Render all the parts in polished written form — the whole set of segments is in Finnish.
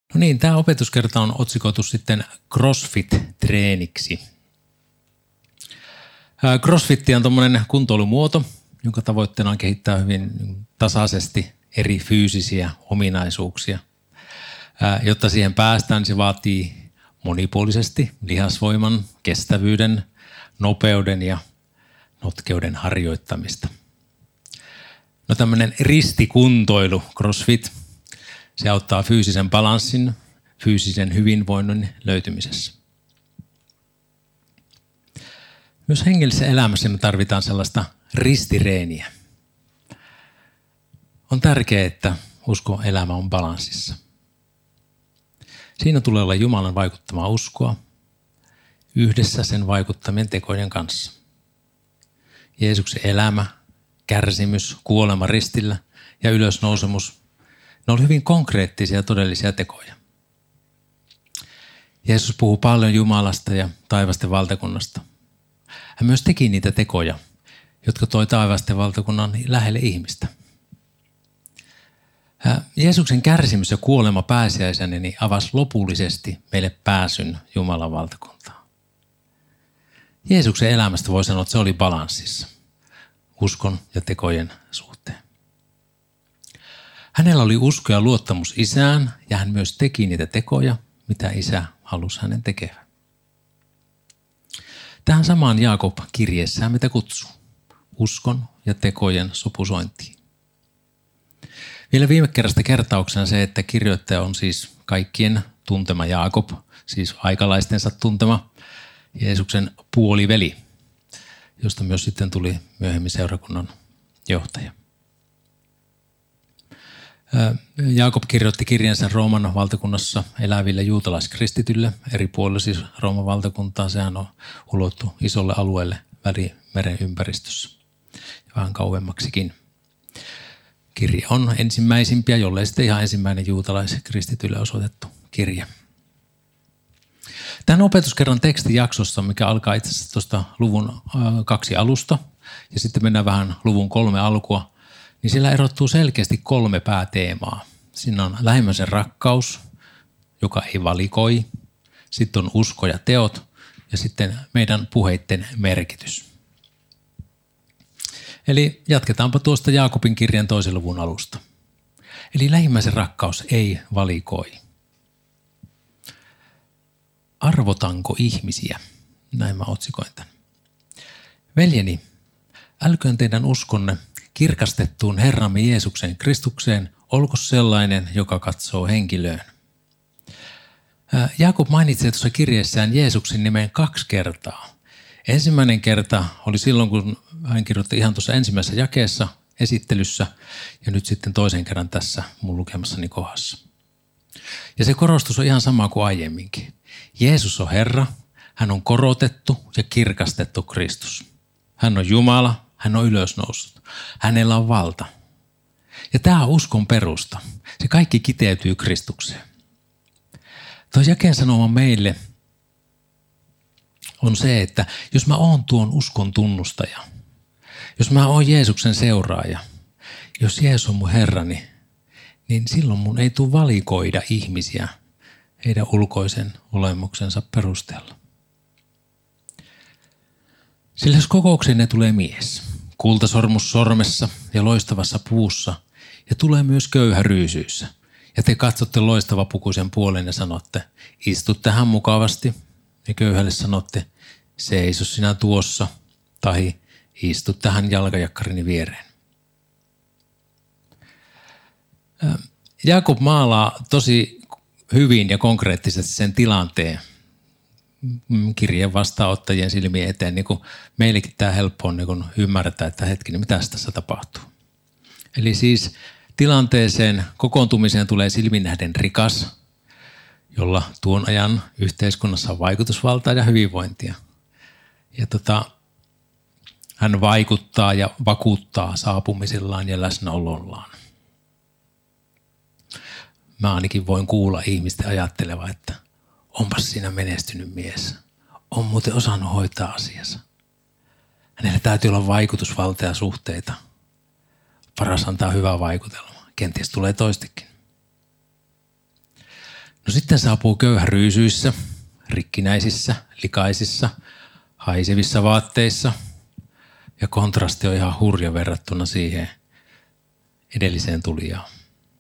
No niin, tämä opetuskerta on otsikoitu sitten CrossFit-treeniksi. CrossFit on tuommoinen kuntoilumuoto, jonka tavoitteena on kehittää hyvin tasaisesti eri fyysisiä ominaisuuksia. Jotta siihen päästään, se vaatii monipuolisesti lihasvoiman, kestävyyden, nopeuden ja notkeuden harjoittamista. No tämmöinen ristikuntoilu, CrossFit, se auttaa fyysisen balanssin, fyysisen hyvinvoinnin löytymisessä. Myös hengellisessä elämässä me tarvitaan sellaista ristireeniä. On tärkeää, että uskon elämä on balanssissa. Siinä tulee olla Jumalan vaikuttamaa uskoa yhdessä sen vaikuttamien tekojen kanssa. Jeesuksen elämä, kärsimys, kuolema ristillä ja ylösnousemus, ne oli hyvin konkreettisia todellisia tekoja. Jeesus puhuu paljon Jumalasta ja taivasten valtakunnasta. Hän myös teki niitä tekoja, jotka toi taivasten valtakunnan lähelle ihmistä. Jeesuksen kärsimys ja kuolema pääsiäisenä niin avasi lopullisesti meille pääsyn Jumalan valtakuntaan. Jeesuksen elämästä voi sanoa, että se oli balanssissa uskon ja tekojen suhteen. Hänellä oli usko ja luottamus Isään ja hän myös teki niitä tekoja, mitä Isä halusi hänen tekevän. Tähän samaan Jaakob kirjeessään mitä kutsuu uskon ja tekojen sopusointiin. Vielä viime kerrasta kertauksena se, että kirjoittaja on siis kaikkien tuntema Jaakob, siis aikalaistensa tuntema Jeesuksen puoliveli, josta myös sitten tuli myöhemmin seurakunnan johtaja. Jaakob kirjoitti kirjansa Rooman valtakunnassa eläville juutalaiskristityille eri puolilla, siis Rooman valtakuntaa. Sehän on ulottu isolle alueelle Välimeren ympäristössä ja vähän kauemmaksikin. Kirja on ensimmäisimpiä, jollei sitten ihan ensimmäinen juutalaiskristityille osoitettu kirja. Tämän opetuskerran tekstijaksossa, mikä alkaa itse asiassa tuosta luvun 2 alusta ja sitten mennään vähän luvun 3 alkua, niin siellä erottuu selkeästi 3 pääteemaa. Siinä on lähimmäisen rakkaus, joka ei valikoi, sitten on usko ja teot ja sitten meidän puheitten merkitys. Eli jatketaanpa tuosta Jaakobin kirjan 2. luvun alusta. Eli lähimmäisen rakkaus ei valikoi. Arvotanko ihmisiä? Näin mä otsikoin tämän. Veljeni, älköön teidän uskonne kirkastettuun Herramme Jeesuksen Kristukseen olko sellainen, joka katsoo henkilöön. Jaakob mainitsee tuossa kirjeessään Jeesuksen nimen 2 kertaa. Ensimmäinen kerta oli silloin, kun hän kirjoitti ihan tuossa ensimmäisessä jakeessa esittelyssä ja nyt sitten toisen kerran tässä mun lukemassani kohdassa. Ja se korostus on ihan sama kuin aiemminkin. Jeesus on Herra, hän on korotettu ja kirkastettu Kristus. Hän on Jumala, hän on ylösnoussut. Hänellä on valta. Ja tämä on uskon perusta. Se kaikki kiteytyy Kristukseen. Tuo jakeen sanoma meille on se, että jos mä oon tuon uskon tunnustaja, jos mä oon Jeesuksen seuraaja, jos Jeesus on mun Herrani, niin silloin mun ei tule valikoida ihmisiä heidän ulkoisen olemuksensa perusteella. Sillä jos kokoukseen ne tulee mies, kultasormus sormessa ja loistavassa puussa, ja tulee myös köyhä ryysyissä, ja te katsotte loistavapukuisen puolen ja sanotte, istu tähän mukavasti, ja köyhälle sanotte, seiso sinä tuossa, tai istu tähän jalkajakkarini viereen. Jaakob maalaa tosi hyvin ja konkreettisesti sen tilanteen kirjeen vastaanottajien silmien eteen. Niin kuin meillekin tämä helppo on niin ymmärtää, että hetkinen, mitä tässä tapahtuu. Eli siis tilanteeseen, kokoontumiseen tulee silmin nähden rikas, jolla tuon ajan yhteiskunnassa on vaikutusvaltaa ja hyvinvointia. Ja hän vaikuttaa ja vakuuttaa saapumisillaan ja läsnäolollaan. Mä ainakin voin kuulla ihmisten ajatteleva, että onpas siinä menestynyt mies. On muuten osannut hoitaa asiansa. Hänellä täytyy olla vaikutusvalta ja suhteita. Paras antaa hyvää vaikutelmaa. Kenties tulee toistekin. No sitten saapuu köyhä ryysyissä, rikkinäisissä, likaisissa, haisevissa vaatteissa. Ja kontrasti on ihan hurja verrattuna siihen edelliseen tulijaan.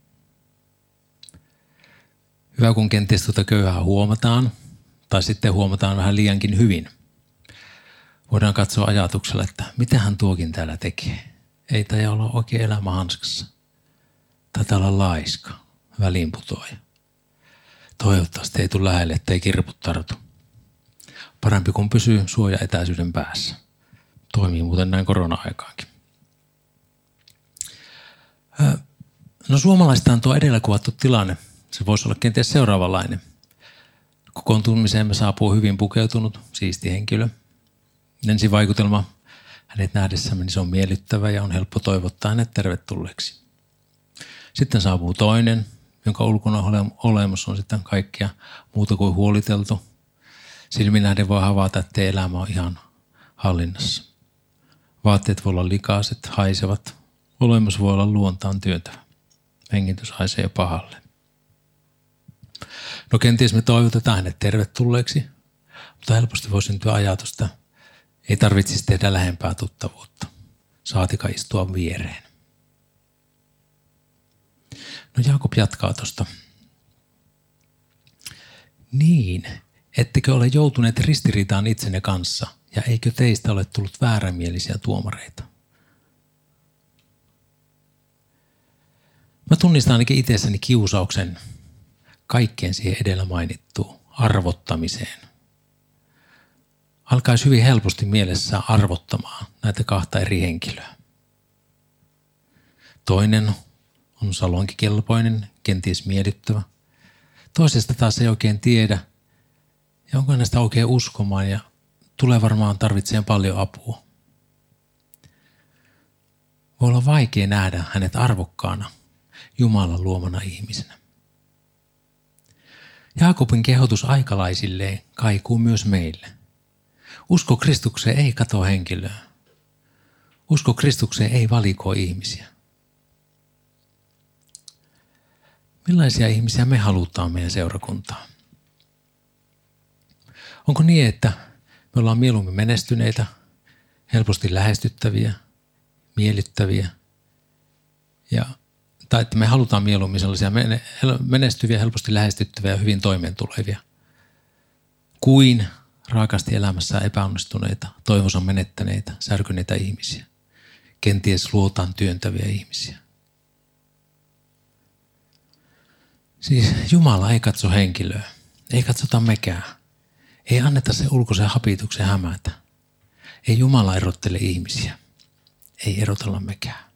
Hyvä, kun kenties tuota köyhää huomataan, tai sitten huomataan vähän liiankin hyvin. Voidaan katsoa ajatuksella, että mitä hän tuokin täällä tekee. Ei taida olla oikein elämä hanskassa. Taitaa olla laiska, väliinputoaja. Toivottavasti ei tule lähelle, ettei kirput tartu. Parempi kun pysyy suojaetäisyyden päässä. Toimii muuten näin korona-aikaankin. No suomalaistaan tuo edellä kuvattu tilanne. Se voisi olla kenties seuraavanlainen. Kokoontumiseemme saapuu hyvin pukeutunut, siisti henkilö. Ensivaikutelma hänet nähdessämme niin se on miellyttävä ja on helppo toivottaa hänet tervetulleeksi. Sitten saapuu toinen, jonka ulkona olemus on sitten kaikkia muuta kuin huoliteltu. Silmin nähden voi havaita, että elämä on ihan hallinnassa. Vaatteet voi olla likaiset, haisevat. Olemus voi olla luontaan työntävä. Hengitys haisee jo pahalle. No kenties me toivotetaan hänet tervetulleeksi, mutta helposti voi syntyä ajatusta, ei tarvitsisi tehdä lähempää tuttavuutta. Saatika istua viereen. No Jaakob jatkaa tuosta. Niin, ettekö ole joutuneet ristiriitaan itsenne kanssa ja eikö teistä ole tullut väärämielisiä tuomareita? Mä tunnistan ainakin itsessäni kiusauksen kaikkeen siihen edellä mainittuun arvottamiseen. Alkaisi hyvin helposti mielessä arvottamaan näitä kahta eri henkilöä. Toinen on salonkikelpoinen, kenties miellyttävä. Toisesta taas ei oikein tiedä ja onko näistä oikein uskomaan ja tulee varmaan tarvitseen paljon apua. Voi olla vaikea nähdä hänet arvokkaana Jumalan luomana ihmisenä. Jaakobin kehotus aikalaisilleen kaikuu myös meille. Usko Kristukseen ei kato henkilöä. Usko Kristukseen ei valikoi ihmisiä. Millaisia ihmisiä me halutaan meidän seurakuntaan? Onko niin, että me ollaan mieluummin menestyneitä, helposti lähestyttäviä, miellyttäviä, tai että me halutaan mieluummin sellaisia menestyviä, helposti lähestyttäviä ja hyvin toimeentulevia, kuin raakasti elämässä epäonnistuneita, toivonsa menettäneitä, särkyneitä ihmisiä, kenties luotaan työntäviä ihmisiä. Siis Jumala ei katso henkilöä, ei katsota mekään, ei anneta se ulkoisen hapituksen hämätä. Ei Jumala erottele ihmisiä, ei erotella mekään.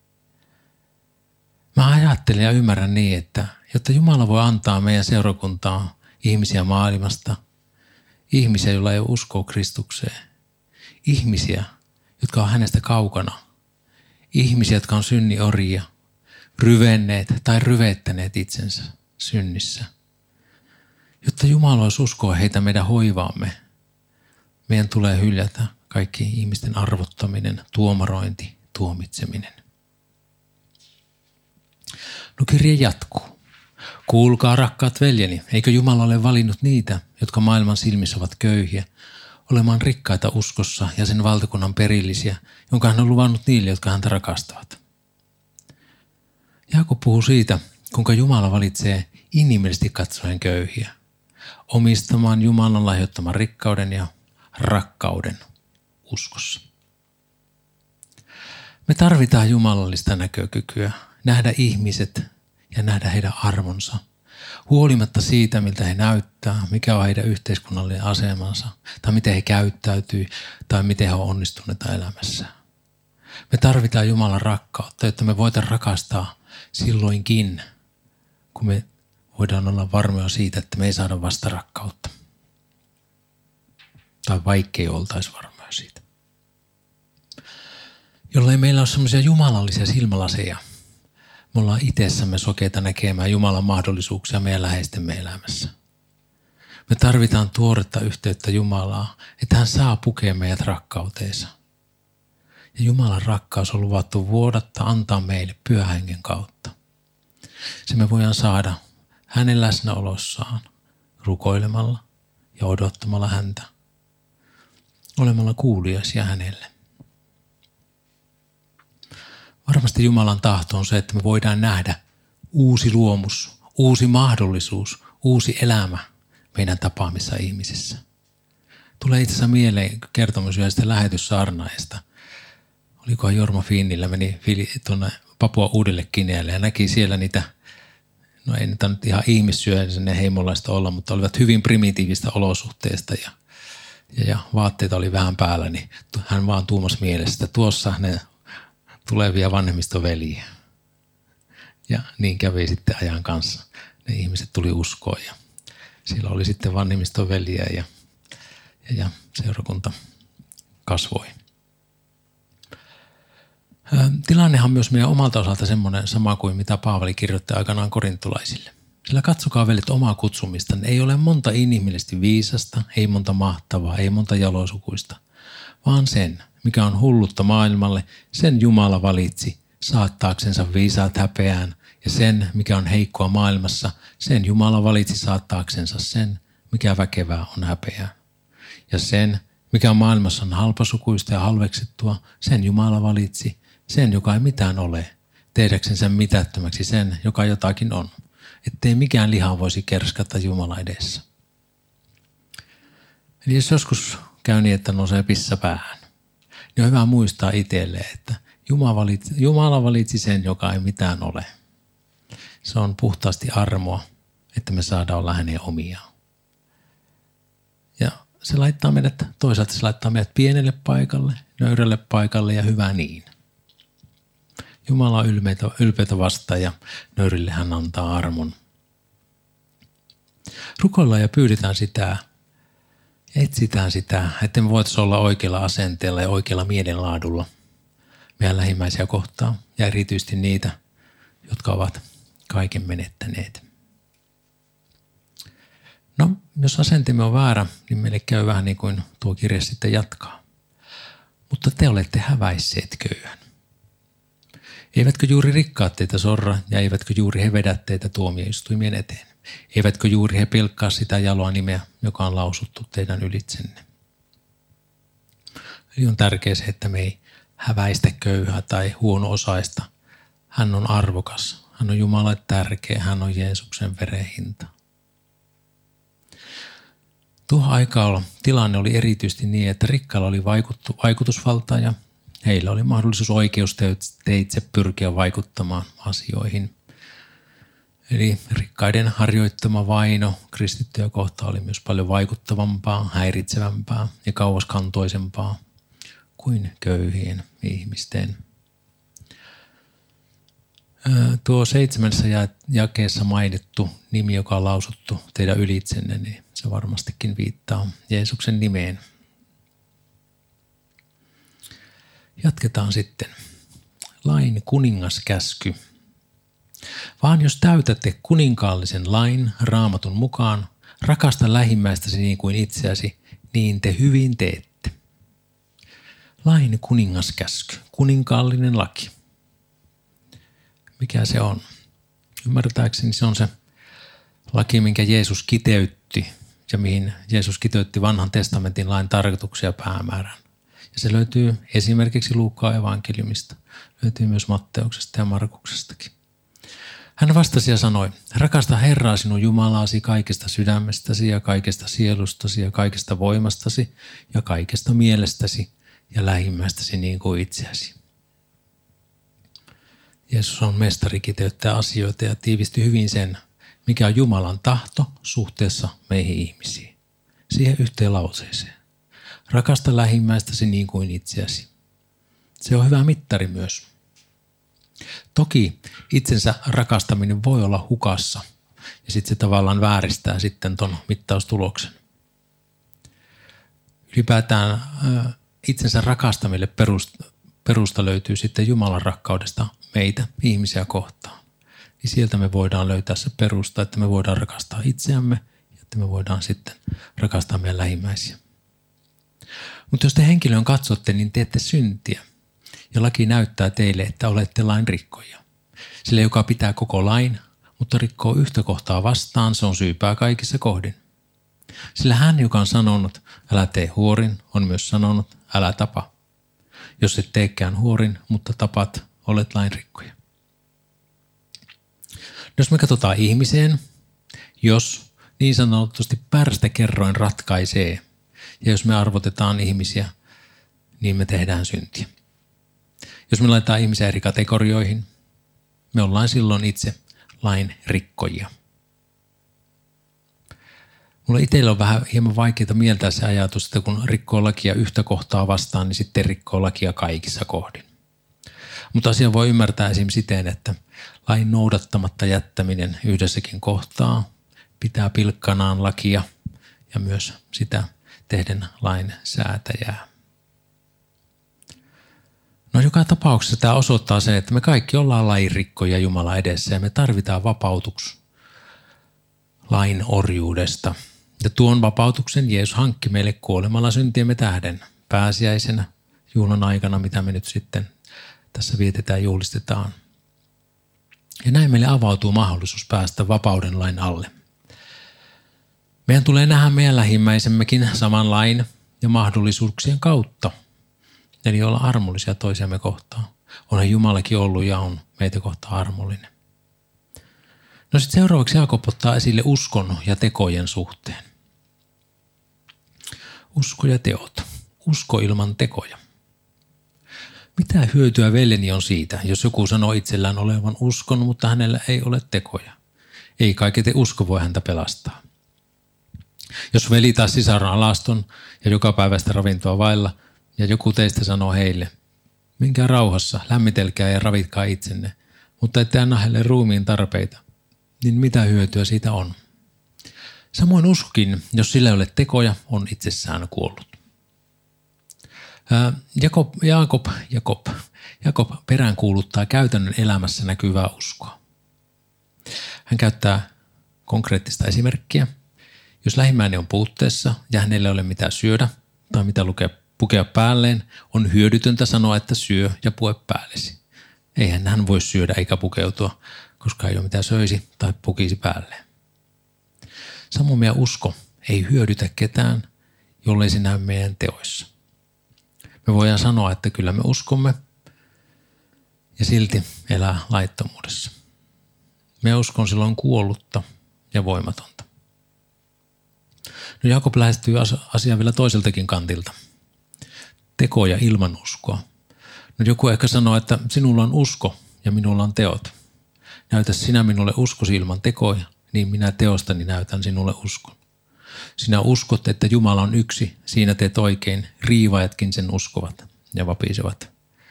Mä ajattelen ja ymmärrän niin, että jotta Jumala voi antaa meidän seurakuntaan ihmisiä maailmasta, ihmisiä, joilla ei ole uskoa Kristukseen, ihmisiä, jotka on hänestä kaukana, ihmisiä, jotka on synniorjia, ryvenneet tai ryvettäneet itsensä synnissä. Jotta Jumala olisi uskoa heitä meidän hoivaamme, meidän tulee hyljätä kaikki ihmisten arvottaminen, tuomarointi, tuomitseminen. No kirje jatkuu. Kuulkaa rakkaat veljeni, eikö Jumala ole valinnut niitä, jotka maailman silmissä ovat köyhiä, olemaan rikkaita uskossa ja sen valtakunnan perillisiä, jonka hän on luvannut niille, jotka häntä rakastavat. Jaakob puhuu siitä, kuinka Jumala valitsee inhimillisesti katsoen köyhiä, omistamaan Jumalan lahjoittaman rikkauden ja rakkauden uskossa. Me tarvitaan jumalallista näkökykyä, nähdä ihmiset ja nähdä heidän arvonsa, huolimatta siitä, miltä he näyttää, mikä on heidän yhteiskunnallinen asemansa, tai miten he käyttäytyy, tai miten he on onnistuneita elämässä. Me tarvitaan Jumalan rakkautta, jotta me voidaan rakastaa silloinkin, kun me voidaan olla varmoja siitä, että me ei saada vasta rakkautta. Tai vaikkei oltaisi varmoja siitä. Jollei meillä ole semmoisia jumalallisia silmälaseja, me ollaan itsessämme sokeita näkemään Jumalan mahdollisuuksia meidän läheistemme elämässä. Me tarvitaan tuoretta yhteyttä Jumalaa, että hän saa pukea meidät rakkauteensa. Ja Jumalan rakkaus on luvattu vuodatta antaa meille Pyhän Hengen kautta. Se me voidaan saada hänen läsnäolossaan, rukoilemalla ja odottamalla häntä, olemalla kuuliaisia hänelle. Varmasti Jumalan tahto on se, että me voidaan nähdä uusi luomus, uusi mahdollisuus, uusi elämä meidän tapaamissa ihmisissä. Tulee itse asiassa mieleen kertomus yhdestä lähetyssaarnaajasta. Olikohan Jorma Finnillä, meni tuonne Papua Uudelle Ginealle ja näki siellä niitä, no ei niitä nyt ihan ihmissyöjä heimolaista olla, mutta olivat hyvin primitiivistä olosuhteista ja vaatteita oli vähän päällä, niin hän vaan tuumasi mielessä, että tuossa ne tulevia vanhemmistoveliä. Ja niin kävi sitten ajan kanssa. Ne ihmiset tuli uskoon ja siellä oli sitten vanhemmistoveliä ja seurakunta kasvoi. Tilannehan on myös meidän omalta osalta semmoinen sama kuin mitä Paavali kirjoitti aikanaan korintolaisille. Sillä katsokaa veljet omaa kutsumista. Ei ole monta inhimillisesti viisasta, ei monta mahtavaa, ei monta jalosukuista, vaan sen, mikä on hullutta maailmalle, sen Jumala valitsi saattaaksensa viisaat häpeään, ja sen, mikä on heikkoa maailmassa, sen Jumala valitsi saattaaksensa sen, mikä väkevää on häpeään. Ja sen, mikä maailmassa on halpasukuista ja halveksittua, sen Jumala valitsi, sen, joka ei mitään ole, tehdäksensä mitättömäksi sen, joka jotakin on, ettei mikään liha voisi kerskata Jumala edessä. Eli jos joskus käy niin, että nousee pissa päähän, niin on hyvä muistaa itselleen, että Jumala valitsi sen, joka ei mitään ole. Se on puhtaasti armoa, että me saadaan olla hänen omiaan. Ja se laittaa meidät, toisaalta se laittaa meidät pienelle paikalle, nöyrälle paikalle ja hyvä niin. Jumala on ylpeitä vastaan ja nöyrille hän antaa armon. Rukoillaan ja pyydetään sitä, etsitään sitä, että me voitaisiin olla oikealla asenteella ja oikealla mielenlaadulla meidän lähimmäisiä kohtaan ja erityisesti niitä, jotka ovat kaiken menettäneet. No, jos asenteemme on väärä, niin meille käy vähän niin kuin tuo kirja sitten jatkaa. Mutta te olette häväisseet köyhän. Eivätkö juuri rikkaat teitä sorra ja eivätkö juuri he vedä teitä tuomioistuimien eteen? Eivätkö juuri he pilkkaa sitä jaloa nimeä, joka on lausuttu teidän ylitsenne? Eli on tärkeää se, että me ei häväistä köyhää tai huono-osaista. Hän on arvokas, hän on Jumalalle tärkeä, hän on Jeesuksen veren hinta. Tuohon aikaan tilanne oli erityisesti niin, että rikkailla oli vaikutusvaltaa ja heillä oli mahdollisuus oikeusteitse pyrkiä vaikuttamaan asioihin. Eli rikkaiden harjoittama vaino kristittyjä kohtaan oli myös paljon vaikuttavampaa, häiritsevämpää ja kauaskantoisempaa kuin köyhien ihmisten. Tuo 7. jakeessa mainittu nimi, joka on lausuttu teidän ylitsenne, niin se varmastikin viittaa Jeesuksen nimeen. Jatketaan sitten. Lain kuningaskäsky. Vaan jos täytätte kuninkaallisen lain Raamatun mukaan, rakasta lähimmäistäsi niin kuin itseäsi, niin te hyvin teette. Lain kuningaskäsky, kuninkaallinen laki. Mikä se on? Ymmärtääkseni se on se laki, minkä Jeesus kiteytti ja mihin Jeesus kiteytti vanhan testamentin lain tarkoituksia ja päämäärän. Ja se löytyy esimerkiksi Luukkaan evankeliumista, löytyy myös Matteuksesta ja Markuksestakin. Hän vastasi ja sanoi, rakasta Herraa sinun Jumalaasi kaikesta sydämestäsi ja kaikesta sielustasi ja kaikesta voimastasi ja kaikesta mielestäsi ja lähimmäistäsi niin kuin itseäsi. Jeesus on mestari kiteyttää asioita ja tiivisti hyvin sen, mikä on Jumalan tahto suhteessa meihin ihmisiin. Siihen yhteen lauseeseen. Rakasta lähimmäistäsi niin kuin itseäsi. Se on hyvä mittari myös. Toki itsensä rakastaminen voi olla hukassa ja sitten se tavallaan vääristää sitten ton mittaustuloksen. Ylipäätään itsensä rakastamille perusta löytyy sitten Jumalan rakkaudesta meitä ihmisiä kohtaan. Ja sieltä me voidaan löytää se perusta, että me voidaan rakastaa itseämme ja että me voidaan sitten rakastaa meidän lähimmäisiä. Mutta jos te henkilöön katsotte, niin teette syntiä. Ja laki näyttää teille, että olette lain rikkoja. Sillä joka pitää koko lain, mutta rikkoo yhtä kohtaa vastaan, se on syypää kaikissa kohdin. Sillä hän, joka on sanonut, älä tee huorin, on myös sanonut, älä tapa. Jos et teekään huorin, mutta tapat, olet lainrikkoja. Jos me katsotaan ihmiseen, jos niin sanotusti pärstäkerroin ratkaisee, ja jos me arvotetaan ihmisiä, niin me tehdään syntiä. Jos me laitetaan ihmisiä eri kategorioihin, me ollaan silloin itse lain rikkojia. Mulla itsellä on vähän hieman vaikeaa mieltää se ajatus, että kun rikkoo lakia yhtä kohtaa vastaan, niin sitten rikkoo lakia kaikissa kohdin. Mutta asia voi ymmärtää esimerkiksi siten, että lain noudattamatta jättäminen yhdessäkin kohtaa pitää pilkkanaan lakia ja myös sitä tehden lain säätäjää. No joka tapauksessa tämä osoittaa se, että me kaikki ollaan lainrikkoja Jumala edessä ja me tarvitaan vapautuksi lain orjuudesta. Ja tuon vapautuksen Jeesus hankki meille kuolemalla syntiemme tähden pääsiäisenä juhlan aikana, mitä me nyt sitten tässä vietetään ja juhlistetaan. Ja näin meille avautuu mahdollisuus päästä vapauden lain alle. Meidän tulee nähdä meidän lähimmäisemmekin saman lain ja mahdollisuuksien kautta. Eli olla armollisia toisiamme kohtaan. Onhan Jumalakin ollut ja on meitä kohtaan armollinen. No sitten seuraavaksi Jaakob ottaa esille uskon ja tekojen suhteen. Usko ja teot. Usko ilman tekoja. Mitä hyötyä veljeni on siitä, jos joku sanoo itsellään olevan uskon, mutta hänellä ei ole tekoja? Ei kaiketi usko voi häntä pelastaa. Jos veli taas sisar on alaston ja joka päivästä ravintoa vailla, ja joku teistä sanoo heille, menkää rauhassa, lämmitelkää ja ravitkaa itsenne, mutta ette anna heille ruumiin tarpeita, niin mitä hyötyä siitä on? Samoin uskokin, jos sillä ei ole tekoja, on itsessään kuollut. Jaakob peräänkuuluttaa käytännön elämässä näkyvää uskoa. Hän käyttää konkreettista esimerkkiä. Jos lähimmäinen on puutteessa ja hänellä ei ole mitään syödä tai mitä pukea päälleen, on hyödytöntä sanoa, että syö ja pue päällesi. Eihän hän voi syödä eikä pukeutua, koska ei ole mitään söisi tai pukisi päälleen. Samoin meidän usko ei hyödytä ketään, jollei se näy meidän teoissa. Me voidaan sanoa, että kyllä me uskomme ja silti elää laittomuudessa. Me uskon silloin kuollutta ja voimatonta. No Jaakob lähestyy asiaa vielä toiseltakin kantilta. Tekoja ilman uskoa. No joku ehkä sanoo, että sinulla on usko ja minulla on teot. Näytä sinä minulle uskosi ilman tekoja, niin minä teostani näytän sinulle uskon. Sinä uskot, että Jumala on yksi, siinä teet oikein, riivaajatkin sen uskovat ja vapisevat.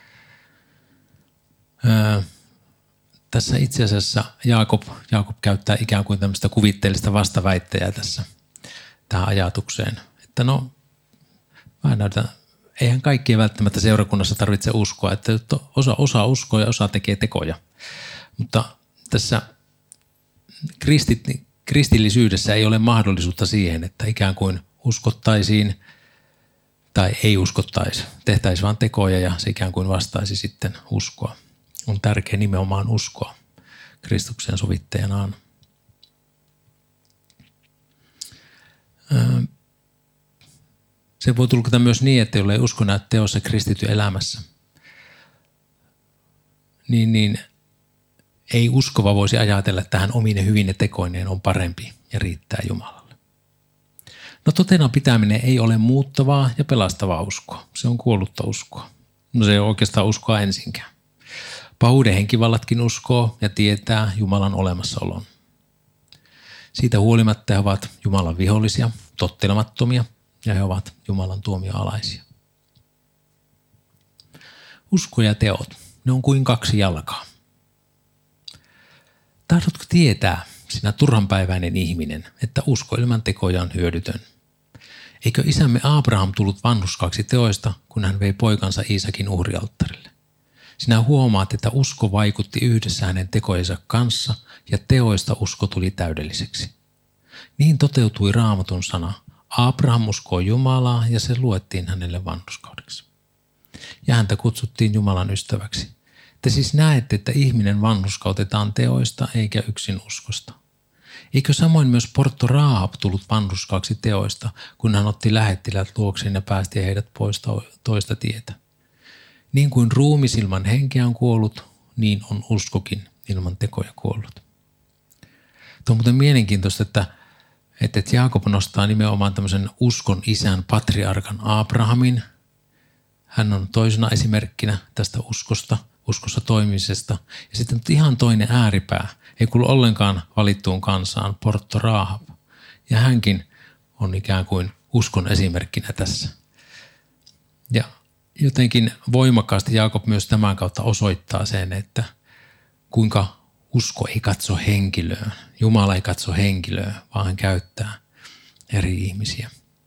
Tässä itse asiassa Jaakob käyttää ikään kuin tämmöistä kuvitteellista vastaväittäjää tässä tähän ajatukseen. Että mä näytän, eihän kaikkien välttämättä seurakunnassa tarvitse uskoa, että osa uskoo ja osa tekee tekoja. Mutta tässä kristillisyydessä ei ole mahdollisuutta siihen, että ikään kuin uskottaisiin tai ei uskottaisi. Tehtäisiin vain tekoja ja se ikään kuin vastaisi sitten uskoa. On tärkeä nimenomaan uskoa Kristuksen sovittajanaan. Se voi tulkita myös niin, että jollei usko näy teossa kristitty elämässä, niin ei uskova voisi ajatella, että hän omine hyvine tekoineen on parempi ja riittää Jumalalle. No totena pitäminen ei ole muuttavaa ja pelastavaa uskoa. Se on kuollutta uskoa. No se ei ole oikeastaan uskoa ensinkään. Pahuuden henkivallatkin uskoo ja tietää Jumalan olemassaolon. Siitä huolimatta he ovat Jumalan vihollisia, tottelemattomia ja he ovat Jumalan tuomioalaisia. Usko ja teot, ne on kuin kaksi jalkaa. Tahdotko tietää, sinä turhanpäiväinen ihminen, että usko ilman tekoja on hyödytön? Eikö isämme Abraham tullut vanhurskaaksi teoista, kun hän vei poikansa Iisakin uhrialttarille? Sinä huomaat, että usko vaikutti yhdessä hänen tekojensa kanssa ja teoista usko tuli täydelliseksi. Niin toteutui Raamatun sana. Abraham uskoi Jumalaa ja se luettiin hänelle vanhurskaudeksi. Ja häntä kutsuttiin Jumalan ystäväksi. Te siis näette, että ihminen vanhurskautetaan teoista eikä yksin uskosta. Eikö samoin myös Portto Raahab tullut vanhurskaaksi teoista, kun hän otti lähettiläät luokseen ja päästi heidät pois toista tietä? Niin kuin ruumis ilman henkeä on kuollut, niin on uskokin ilman tekoja kuollut. Tuo on muuten mielenkiintoista, että Jaakob nostaa nimenomaan tämmöisen uskon isän patriarkan Abrahamin. Hän on toisena esimerkkinä tästä uskossa toimimisesta. Ja sitten ihan toinen ääripää, ei kuulu ollenkaan valittuun kansaan, Portto Raahab. Ja hänkin on ikään kuin uskon esimerkkinä tässä. Ja jotenkin voimakkaasti Jaakob myös tämän kautta osoittaa sen, että kuinka usko ei katso henkilöä. Jumala ei katso henkilöä, vaan hän käyttää eri ihmisiä.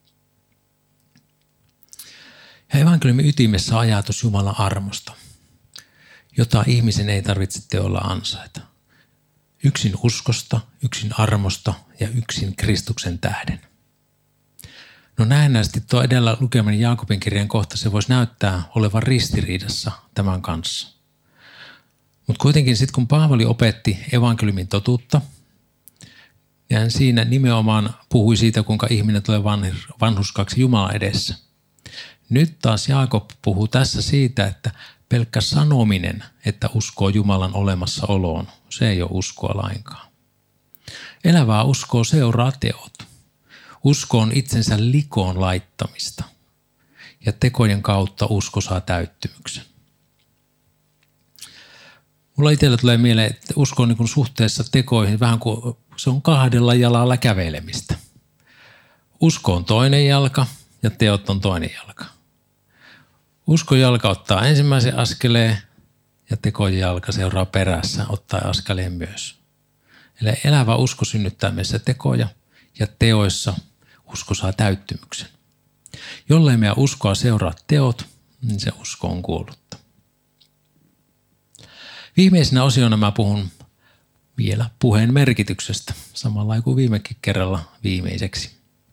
Ja evankeliumin ytimessä on ajatus Jumalan armosta, jota ihmisen ei tarvitse teolla ansaita. Yksin uskosta, yksin armosta ja yksin Kristuksen tähden. No näennäisesti tuo edellä lukemani Jaakobin kirjan kohta se voisi näyttää olevan ristiriidassa tämän kanssa. Mutta kuitenkin sitten kun Paavali opetti evankeliumin totuutta, ja hän siinä nimenomaan puhui siitä, kuinka ihminen tulee vanhurskaaksi Jumalan edessä. Nyt taas Jaakob puhuu tässä siitä, että pelkkä sanominen, että uskoo Jumalan olemassaoloon, se ei ole uskoa lainkaan. Elävää uskoa seuraa teot. Usko on itsensä likoon laittamista ja tekojen kautta usko saa täyttymyksen. Mulla itsellä tulee mieleen, että usko on niin suhteessa tekoihin vähän kuin se on kahdella jalalla kävelemistä. Usko on toinen jalka ja teot on toinen jalka. Uskon jalka ottaa ensimmäisen askeleen ja tekojen jalka seuraa perässä ottaa askeleen myös. Eli elävä usko synnyttää meissä tekoja ja teoissa usko saa täyttymyksen. Jollei meidän uskoa seuraa teot, niin se usko on kuollutta. Viimeisenä osiona mä puhun vielä puheen merkityksestä, samalla kuin viimekin kerralla viimeiseksi.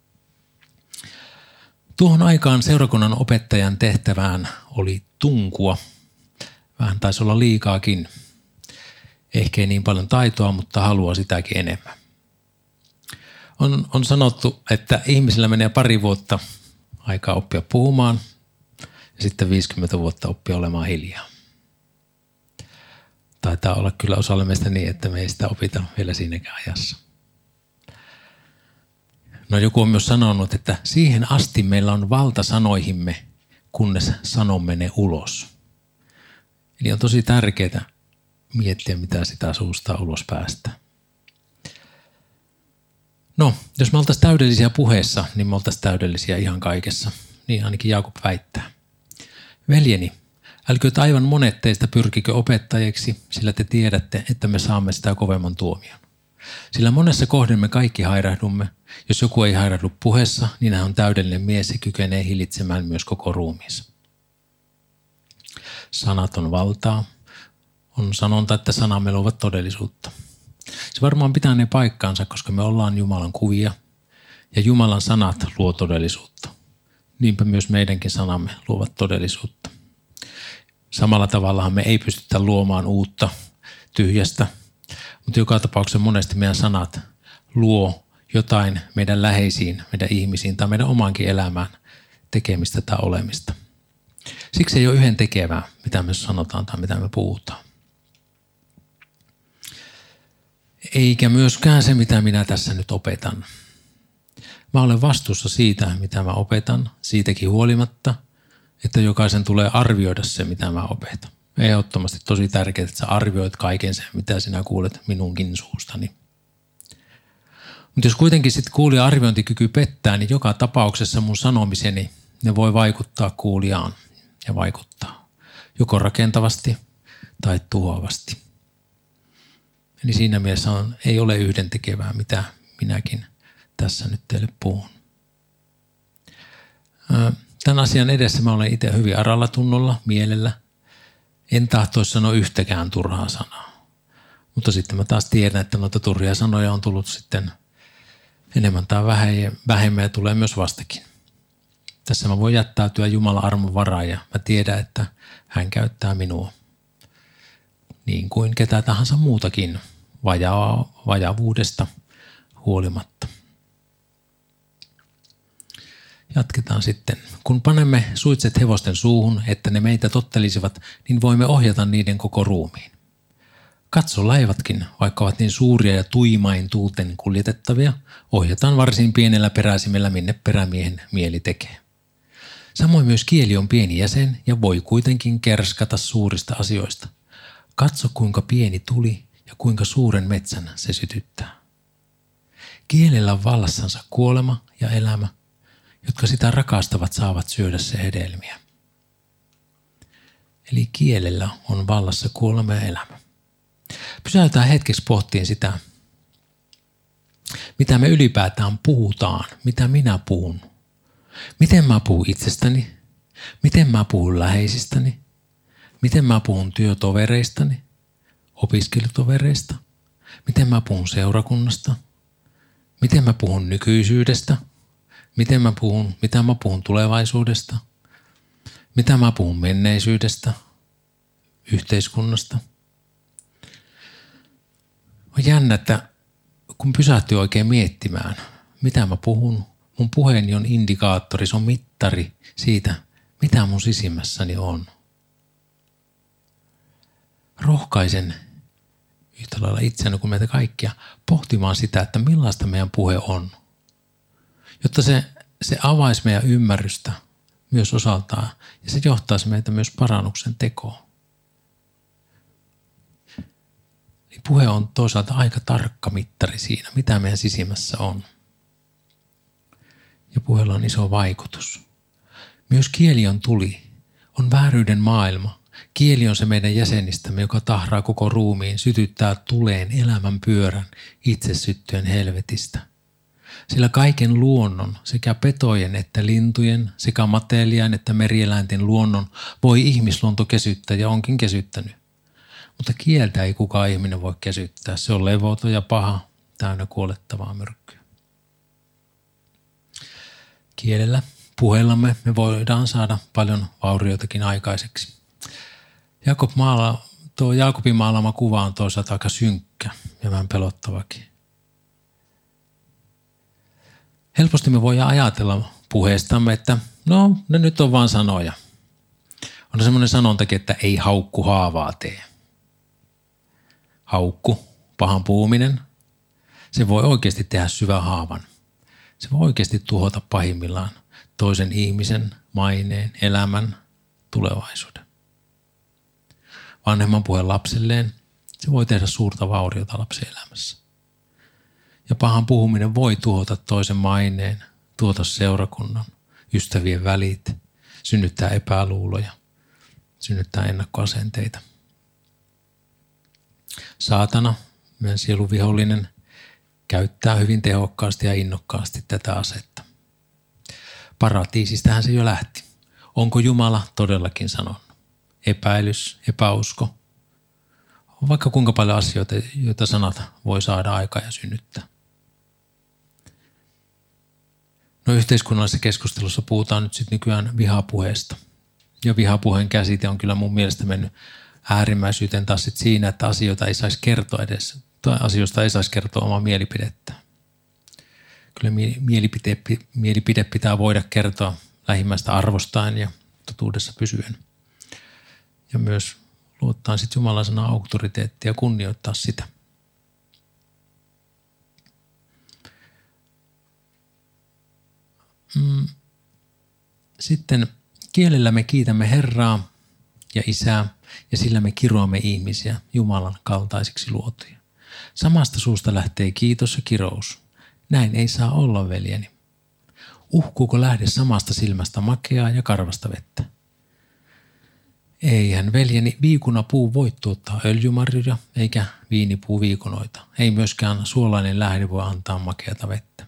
Tuohon aikaan seurakunnan opettajan tehtävään oli tunkua. Vähän taisi olla liikaakin. Ehkä ei niin paljon taitoa, mutta halua sitäkin enemmän. On sanottu, että ihmisillä menee 2 vuotta aikaa oppia puhumaan ja sitten 50 vuotta oppia olemaan hiljaa. Taitaa olla kyllä osalle meistä niin, että me ei sitä opita vielä siinäkään ajassa. No joku on myös sanonut, että siihen asti meillä on valta sanoihimme, kunnes sanomme ne ulos. Eli on tosi tärkeää miettiä, mitä sitä suusta ulos päästään. No, jos me oltaisiin täydellisiä puheessa, niin me oltaisiin täydellisiä ihan kaikessa. Niin ainakin Jaakob väittää. Veljeni, älkööt aivan monet teistä pyrkikö opettajiksi, sillä te tiedätte, että me saamme sitä kovemman tuomion. Sillä monessa kohden me kaikki hairahdumme. Jos joku ei hairahdu puheessa, niin hän on täydellinen mies ja kykenee hillitsemään myös koko ruumiinsa. Sanat on valtaa. On sanonta, että sanamme luovat todellisuutta. Se varmaan pitää ne paikkaansa, koska me ollaan Jumalan kuvia ja Jumalan sanat luo todellisuutta. Niinpä myös meidänkin sanamme luovat todellisuutta. Samalla tavallahan me ei pystytä luomaan uutta tyhjästä, mutta joka tapauksessa monesti meidän sanat luo jotain meidän läheisiin, meidän ihmisiin tai meidän omaankin elämään tekemistä tai olemista. Siksi ei ole yhden tekevää, mitä me sanotaan tai mitä me puhutaan. Eikä myöskään se, mitä minä tässä nyt opetan. Mä olen vastuussa siitä, mitä mä opetan, siitäkin huolimatta, että jokaisen tulee arvioida se, mitä mä opetan. Ehdottomasti tosi tärkeää, että sä arvioit kaiken sen, mitä sinä kuulet minunkin suustani. Mutta jos kuitenkin sitten kuulijan arviointikyky pettää, niin joka tapauksessa mun sanomiseni, ne voi vaikuttaa kuulijaan ja vaikuttaa. Joko rakentavasti tai tuhoavasti. Eli siinä mielessä ei ole yhdentekevää, mitä minäkin tässä nyt teille puhun. Tämän asian edessä mä olen itse hyvin aralla tunnolla, mielellä. En tahtoisi sanoa yhtäkään turhaa sanaa. Mutta sitten mä taas tiedän, että noita turhia sanoja on tullut sitten enemmän tai vähemmän ja tulee myös vastakin. Tässä mä voin jättäytyä Jumalan armon varaan ja mä tiedän, että hän käyttää minua. niin kuin ketä tahansa muutakin vajavuudesta huolimatta. Jatketaan sitten. Kun panemme suitset hevosten suuhun, että ne meitä tottelisivat, niin voimme ohjata niiden koko ruumiin. Katso laivatkin, vaikka ovat niin suuria ja tuimain tuulten kuljetettavia, ohjataan varsin pienellä peräsimellä, minne perämiehen mieli tekee. Samoin myös kieli on pieni jäsen ja voi kuitenkin kerskata suurista asioista. Katso kuinka pieni tuli ja kuinka suuren metsän se sytyttää. Kielellä on vallassansa kuolema ja elämä, jotka sitä rakastavat saavat syödä se hedelmiä. Eli kielellä on vallassa kuolema ja elämä. Pysäytään hetkeksi pohtiin sitä, mitä me ylipäätään puhutaan, mitä minä puhun. Miten mä puhun itsestäni, miten mä puhun läheisistäni, miten mä puhun työtovereistani, opiskelutovereista, miten mä puhun seurakunnasta, miten mä puhun nykyisyydestä, mitä mä puhun tulevaisuudesta, mitä mä puhun menneisyydestä, yhteiskunnasta. On jännä, että kun pysähtyy oikein miettimään, mitä mä puhun, mun puheeni on indikaattori, se on mittari siitä, mitä mun sisimmässäni on. Rohkaisen yhtä lailla itseäni kuin meitä kaikkia pohtimaan sitä, että millaista meidän puhe on. Jotta se avaisi meidän ymmärrystä myös osaltaan ja se johtaisi meitä myös parannuksen tekoon. Puhe on toisaalta aika tarkka mittari siinä, mitä meidän sisimmässä on. Ja puheella on iso vaikutus. Myös kieli on tuli, on vääryyden maailma. Kieli on se meidän jäsenistämme, joka tahraa koko ruumiin, sytyttää tuleen elämän pyörän itse syttyen helvetistä. Sillä kaiken luonnon, sekä petojen että lintujen, sekä mateliaan että merieläinten luonnon voi ihmisluonto kesyttää ja onkin kesyttänyt. Mutta kieltä ei kukaan ihminen voi kesyttää. Se on levoton ja paha, täynnä kuolettavaa myrkkyä. Kielellä, puheellamme me voidaan saada paljon vaurioitakin aikaiseksi. Jaakobin maalaama kuva on toisaalta aika synkkä ja vähän pelottavakin. Helposti me voidaan ajatella puheestamme, että no, ne nyt on vaan sanoja. On semmoinen sanontakin, että ei haukku haavaa tee. Haukku, pahan puhuminen, se voi oikeasti tehdä syvän haavan. Se voi oikeasti tuhota pahimmillaan toisen ihmisen, maineen, elämän, tulevaisuuden. Vanhemman puhe lapselleen, se voi tehdä suurta vauriota lapsen elämässä. Ja pahan puhuminen voi tuhota toisen maineen, tuhota seurakunnan, ystävien välit, synnyttää epäluuloja, synnyttää ennakkoasenteita. Saatana, meidän sielun vihollinen, käyttää hyvin tehokkaasti ja innokkaasti tätä asetta. Paratiisistähän se jo lähti. Onko Jumala todellakin sanonut? Epäilys, epäusko. On vaikka kuinka paljon asioita, joita sanat voi saada aikaan ja synnyttää. No yhteiskunnallisessa keskustelussa puhutaan nyt sitten nykyään vihapuheesta. Ja vihapuheen käsite on kyllä mun mielestä mennyt äärimmäisyyteen taas sit siinä, että asioista ei saisi kertoa omaa mielipidettä. Kyllä mielipide pitää voida kertoa lähimmäistä arvostaen ja totuudessa pysyen. Ja myös luottaa sitten Jumalan sanan auktoriteettia ja kunnioittaa sitä. Sitten kielellä me kiitämme Herraa ja Isää ja sillä me kiroamme ihmisiä Jumalan kaltaisiksi luotuja. Samasta suusta lähtee kiitos ja kirous. Näin ei saa olla, veljeni. Uhkuuko lähde samasta silmästä makeaa ja karvasta vettä? Eihän, veljeni, viikunapuu voi tuottaa öljymarjoja eikä viinipuu viikunoita. Ei myöskään suolainen lähde voi antaa makeata vettä.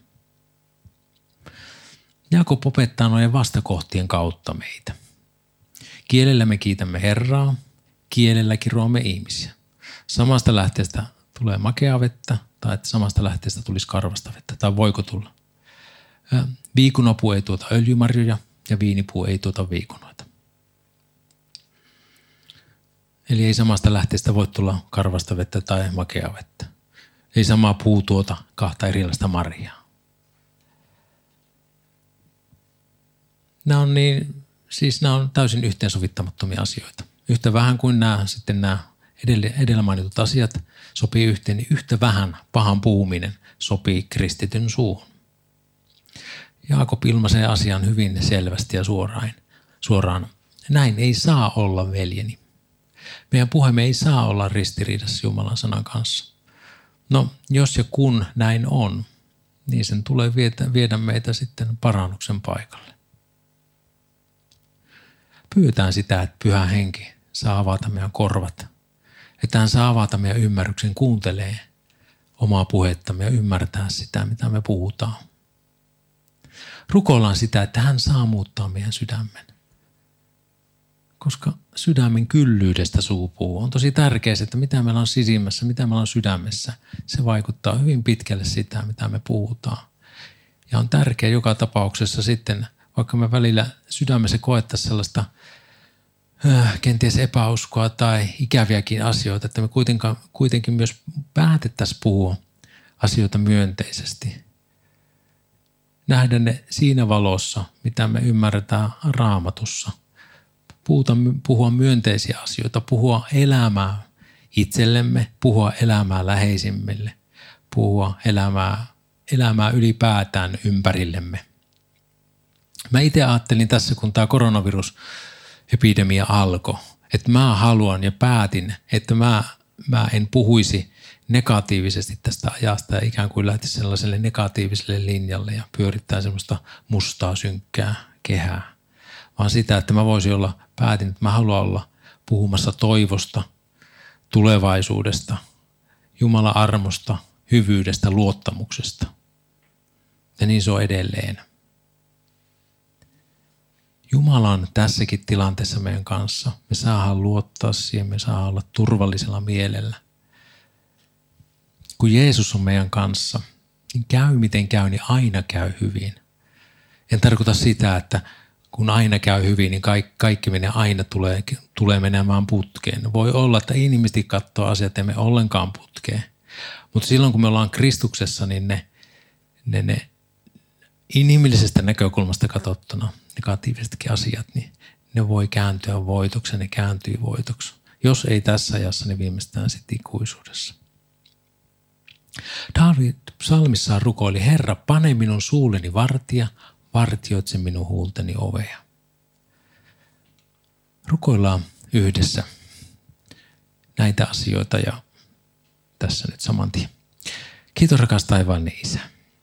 Jaakob opettaa noiden vastakohtien kautta meitä. Kielellä me kiitämme Herraa, kielellä kiroamme ihmisiä. Samasta lähteestä tulee makeaa vettä tai että samasta lähteestä tulisi karvasta vettä tai voiko tulla. Viikunapuu ei tuota öljymarjoja ja viinipuu ei tuota viikunoita. Eli ei samasta lähteestä voi tulla karvasta vettä tai makeaa vettä. Ei sama puu tuota kahta erilaista marjaa. Nämä on täysin yhteensovittamattomia asioita. Yhtä vähän kuin nämä edellä mainitut asiat sopii yhteen, niin yhtä vähän pahan puhuminen sopii kristityn suuhun. Jaakob ilmaisee asian hyvin selvästi ja suoraan. Näin ei saa olla, veljeni. Meidän puheemme ei saa olla ristiriidassa Jumalan sanan kanssa. No, jos ja kun näin on, niin sen tulee viedä meitä sitten parannuksen paikalle. Pyydetään sitä, että Pyhä Henki saa avata meidän korvat. Että hän saa avata meidän ymmärryksen, kuuntelee omaa puhettamme ja ymmärtää sitä, mitä me puhutaan. Rukoillaan sitä, että hän saa muuttaa meidän sydämen. Koska sydämen kyllyydestä suu puhuu. On tosi tärkeää, että mitä meillä on sisimmässä, mitä meillä on sydämessä. Se vaikuttaa hyvin pitkälle sitä, mitä me puhutaan. Ja on tärkeää joka tapauksessa sitten, vaikka me välillä sydämessä koettaisiin sellaista kenties epäuskoa tai ikäviäkin asioita, että me kuitenkin myös päätettäisiin puhua asioita myönteisesti. Nähdä ne siinä valossa, mitä me ymmärretään Raamatussa. Puhua myönteisiä asioita, puhua elämää itsellemme, puhua elämää läheisimmille, puhua elämää ylipäätään ympärillemme. Mä itse ajattelin tässä, kun tämä koronavirusepidemia alkoi, että mä haluan ja päätin, että mä en puhuisi negatiivisesti tästä ajasta ja ikään kuin lähtisi sellaiselle negatiiviselle linjalle ja pyörittää semmoista mustaa, synkkää kehää. Vaan sitä, että mä voisin päätin, että mä haluan olla puhumassa toivosta, tulevaisuudesta, Jumalan armosta, hyvyydestä, luottamuksesta. Ja niin se on edelleen. Jumala on tässäkin tilanteessa meidän kanssa. Me saadaan luottaa siihen, me saadaan olla turvallisella mielellä. Kun Jeesus on meidän kanssa, niin käy miten käy, niin aina käy hyvin. En tarkoita sitä, että kun aina käy hyvin, niin kaikki menee aina tulee menemään putkeen. Voi olla, että inhimillisesti katsoo asiat emme ollenkaan putkeen. Mutta silloin, kun me ollaan Kristuksessa, niin ne inhimillisestä näkökulmasta katsottuna negatiivisetkin asiat, niin ne voi kääntyä voitoksi ja ne kääntyy voitoksi. Jos ei tässä ajassa, niin viimeistään sitten ikuisuudessa. Daavid psalmissaan rukoili, Herra, pane minun suulleni vartija, vartioitse minun huulteni ovea. Rukoillaan yhdessä näitä asioita ja tässä nyt saman tien. Kiitos rakas taivaallinen Isä.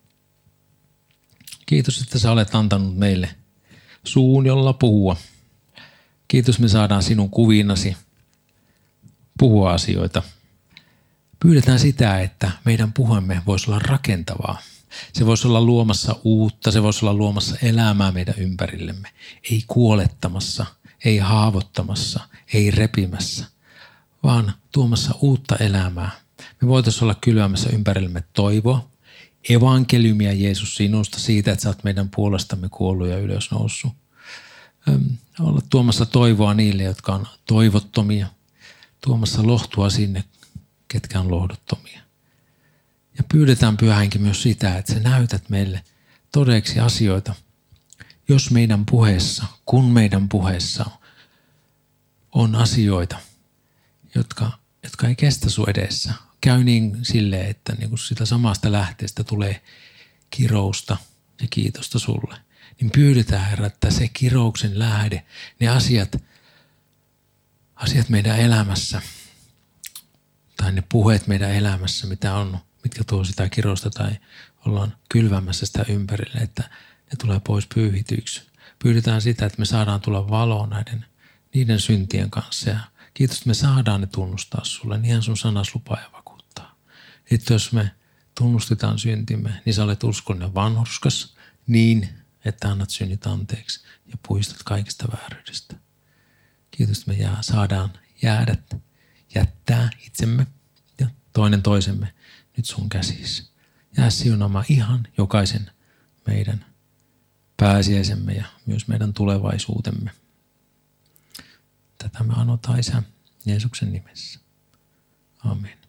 Kiitos, että sä olet antanut meille suun, jolla puhua. Kiitos, me saadaan sinun kuviinasi puhua asioita. Pyydetään sitä, että meidän puheemme voisi olla rakentavaa. Se voisi olla luomassa uutta, se voisi olla luomassa elämää meidän ympärillemme. Ei kuolettamassa, ei haavoittamassa, ei repimässä, vaan tuomassa uutta elämää. Me voitaisiin olla kylvämässä ympärillemme toivoa, evankeliumia Jeesus sinusta siitä, että sä oot meidän puolestamme kuollut ja ylösnoussut. Olla tuomassa toivoa niille, jotka on toivottomia, tuomassa lohtua sinne, ketkä on lohdottomia. Ja pyydetään Pyhä Henki myös sitä, että sä näytät meille todeksi asioita, jos meidän puheessa, kun meidän puheessa on asioita, jotka ei kestä sun edessä. Käy niin silleen, että niin kun sitä samasta lähteestä tulee kirousta ja kiitosta sulle. Niin pyydetään, Herra, että se kirouksen lähde, ne asiat meidän elämässä, tai ne puheet meidän elämässä, mitkä tuo sitä kirousta tai ollaan kylvämässä sitä ympärille, että ne tulee pois pyyhityksi. Pyydetään sitä, että me saadaan tulla valoon niiden syntien kanssa ja kiitos, että me saadaan ne tunnustaa sulle. Niinhän sun sanas lupaa ja vakuuttaa. Että jos me tunnustetaan syntimme, niin sä olet uskollinen vanhurskas niin, että annat synnit anteeksi ja puistat kaikista vääryydestä. Kiitos, että me saadaan jättää itsemme ja toinen toisemme nyt sun käsissä. Jää siunaamaan ihan jokaisen meidän pääsiäisemme ja myös meidän tulevaisuutemme. Tätä me anotaan, Isä, Jeesuksen nimessä. Amen.